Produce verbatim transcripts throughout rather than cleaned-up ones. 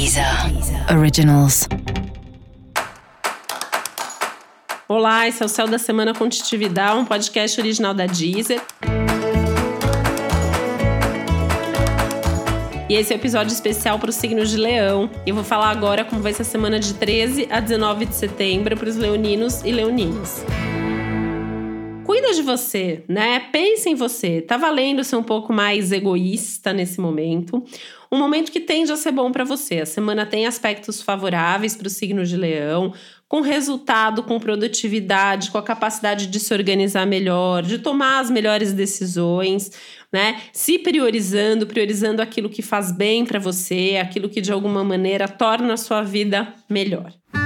Deezer Originals. Olá, esse é o Céu da Semana com Titi Vidal, um podcast original da Deezer. E esse é o um episódio especial para o signo de Leão. E eu vou falar agora como vai ser a semana de treze a dezenove de setembro para os leoninos e leoninas. Cuida de você, né? Pensa em você. Tá valendo ser um pouco mais egoísta nesse momento. Um momento que tende a ser bom para você. A semana tem aspectos favoráveis para o signo de Leão, com resultado, com produtividade, com a capacidade de se organizar melhor, de tomar as melhores decisões, né? Se priorizando, priorizando aquilo que faz bem para você, aquilo que de alguma maneira torna a sua vida melhor.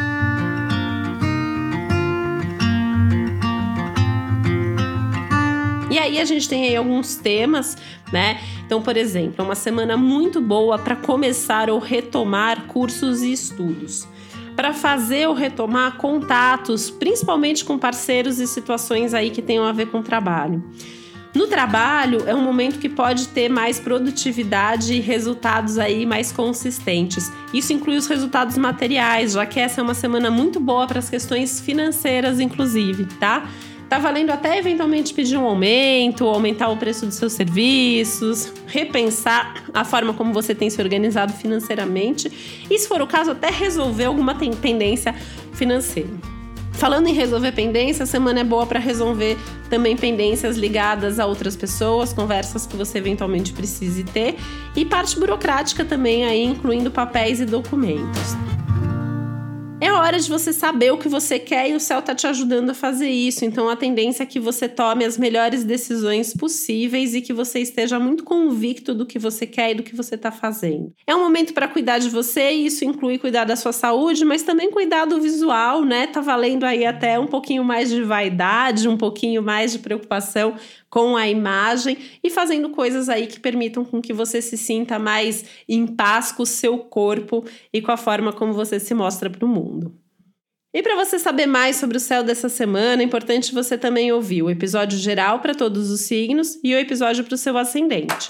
E aí a gente tem aí alguns temas, né? Então, por exemplo, é uma semana muito boa para começar ou retomar cursos e estudos. Para fazer ou retomar contatos, principalmente com parceiros e situações aí que tenham a ver com o trabalho. No trabalho, é um momento que pode ter mais produtividade e resultados aí mais consistentes. Isso inclui os resultados materiais, já que essa é uma semana muito boa para as questões financeiras, inclusive, tá? Tá valendo até eventualmente pedir um aumento, aumentar o preço dos seus serviços, repensar a forma como você tem se organizado financeiramente e, se for o caso, até resolver alguma pendência financeira. Falando em resolver pendência, a semana é boa para resolver também pendências ligadas a outras pessoas, conversas que você eventualmente precise ter e parte burocrática também, aí, incluindo papéis e documentos. É hora de você saber o que você quer e o céu está te ajudando a fazer isso. Então, a tendência é que você tome as melhores decisões possíveis e que você esteja muito convicto do que você quer e do que você está fazendo. É um momento para cuidar de você e isso inclui cuidar da sua saúde, mas também cuidar do visual, né? Tá valendo aí até um pouquinho mais de vaidade, um pouquinho mais de preocupação com a imagem e fazendo coisas aí que permitam com que você se sinta mais em paz com o seu corpo e com a forma como você se mostra para o mundo. E para você saber mais sobre o céu dessa semana, é importante você também ouvir o episódio geral para todos os signos e o episódio para o seu ascendente.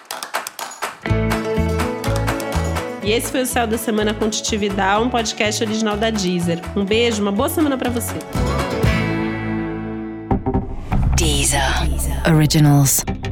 E esse foi o Céu da Semana com Titi Vidal, um podcast original da Deezer. Um beijo, uma boa semana para você. Deezer Originals.